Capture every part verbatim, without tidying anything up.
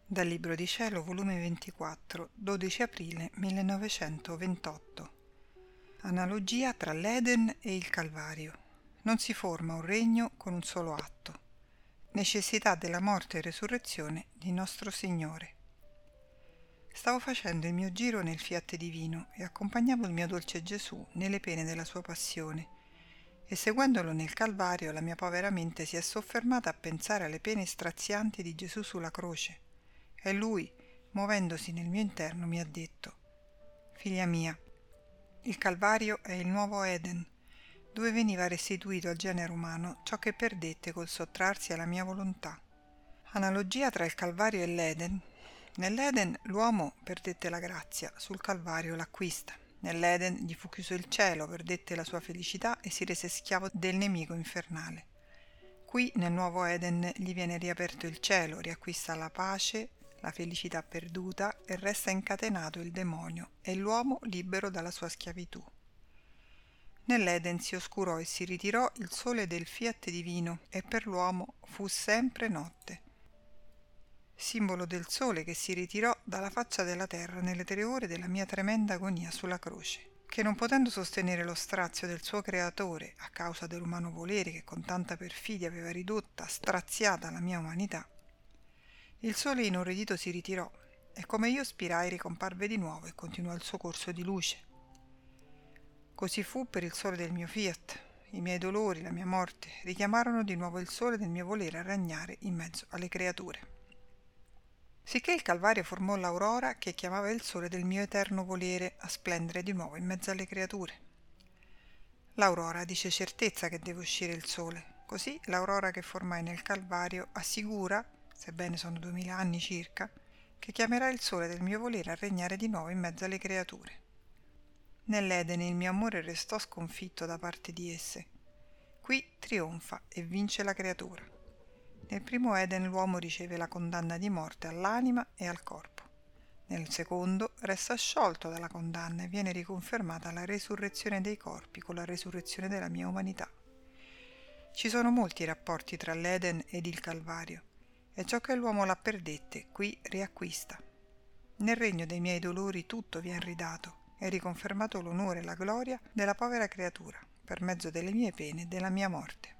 Dal Libro di Cielo, volume ventiquattro, dodici aprile millenovecentoventotto. Analogia tra l'Eden e il Calvario. Non si forma un regno con un solo atto. Necessità della morte e resurrezione di nostro Signore. Stavo facendo il mio giro nel Fiat divino e accompagnavo il mio dolce Gesù nelle pene della sua passione, e seguendolo nel Calvario la mia povera mente si è soffermata a pensare alle pene strazianti di Gesù sulla croce. E lui, muovendosi nel mio interno, mi ha detto: «Figlia mia, il Calvario è il nuovo Eden, dove veniva restituito al genere umano ciò che perdette col sottrarsi alla mia volontà». Analogia tra il Calvario e l'Eden. Nell'Eden l'uomo perdette la grazia, sul Calvario l'acquista. Nell'Eden gli fu chiuso il cielo, perdette la sua felicità e si rese schiavo del nemico infernale. Qui, nel nuovo Eden, gli viene riaperto il cielo, riacquista la pace, la felicità perduta, e resta incatenato il demonio e l'uomo libero dalla sua schiavitù. Nell'Eden si oscurò e si ritirò il sole del Fiat divino e per l'uomo fu sempre notte, simbolo del sole che si ritirò dalla faccia della terra nelle tre ore della mia tremenda agonia sulla croce, che non potendo sostenere lo strazio del suo creatore a causa dell'umano volere che con tanta perfidia aveva ridotta, straziata la mia umanità, il sole inorridito si ritirò e come io spirai ricomparve di nuovo e continuò il suo corso di luce. Così fu per il sole del mio Fiat. I miei dolori, la mia morte, richiamarono di nuovo il sole del mio volere a regnare in mezzo alle creature. Sicché il Calvario formò l'aurora che chiamava il sole del mio eterno volere a splendere di nuovo in mezzo alle creature. L'aurora dice certezza che deve uscire il sole. Così l'aurora che formai nel Calvario assicura, sebbene sono duemila anni circa, che chiamerà il sole del mio volere a regnare di nuovo in mezzo alle creature. Nell'Eden il mio amore restò sconfitto da parte di esse. Qui trionfa e vince la creatura. Nel primo Eden l'uomo riceve la condanna di morte all'anima e al corpo. Nel secondo resta sciolto dalla condanna e viene riconfermata la resurrezione dei corpi con la resurrezione della mia umanità. Ci sono molti rapporti tra l'Eden ed il Calvario, e ciò che l'uomo l'ha perdette qui riacquista. Nel regno dei miei dolori tutto vien ridato e riconfermato l'onore e la gloria della povera creatura per mezzo delle mie pene e della mia morte.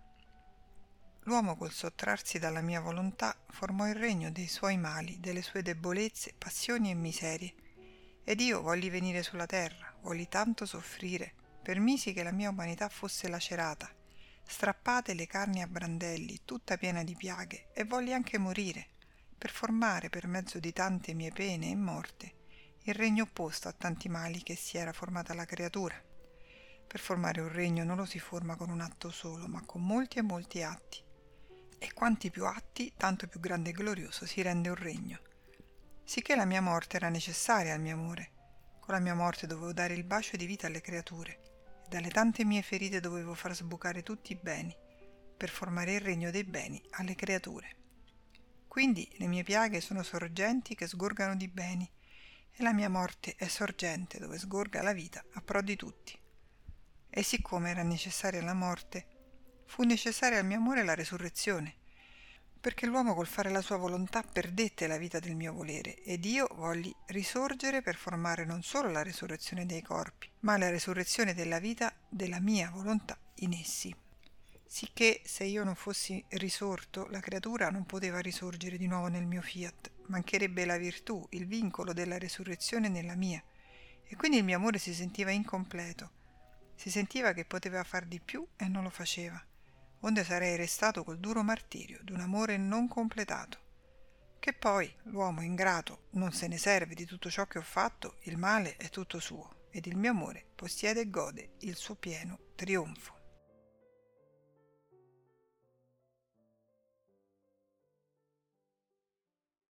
L'uomo col sottrarsi dalla mia volontà formò il regno dei suoi mali, delle sue debolezze, passioni e miserie, ed io volli venire sulla terra, volli tanto soffrire, permisi che la mia umanità fosse lacerata, strappate le carni a brandelli, tutta piena di piaghe, e volli anche morire, per formare per mezzo di tante mie pene e morte il regno opposto a tanti mali che si era formata la creatura. Per formare un regno non lo si forma con un atto solo, ma con molti e molti atti. E quanti più atti, tanto più grande e glorioso si rende un regno. Sicché la mia morte era necessaria al mio amore. Con la mia morte dovevo dare il bacio di vita alle creature, e dalle tante mie ferite dovevo far sbucare tutti i beni, per formare il regno dei beni alle creature. Quindi le mie piaghe sono sorgenti che sgorgano di beni, e la mia morte è sorgente dove sgorga la vita a pro di tutti. E siccome era necessaria la morte, fu necessaria al mio amore la resurrezione, perché l'uomo col fare la sua volontà perdette la vita del mio volere, ed io volli risorgere per formare non solo la resurrezione dei corpi, ma la resurrezione della vita della mia volontà in essi. Sicché se io non fossi risorto, la creatura non poteva risorgere di nuovo nel mio Fiat, mancherebbe la virtù, il vincolo della resurrezione nella mia, e quindi il mio amore si sentiva incompleto, si sentiva che poteva far di più e non lo faceva, onde sarei restato col duro martirio d'un amore non completato. Che poi l'uomo ingrato non se ne serve di tutto ciò che ho fatto, il male è tutto suo, ed il mio amore possiede e gode il suo pieno trionfo.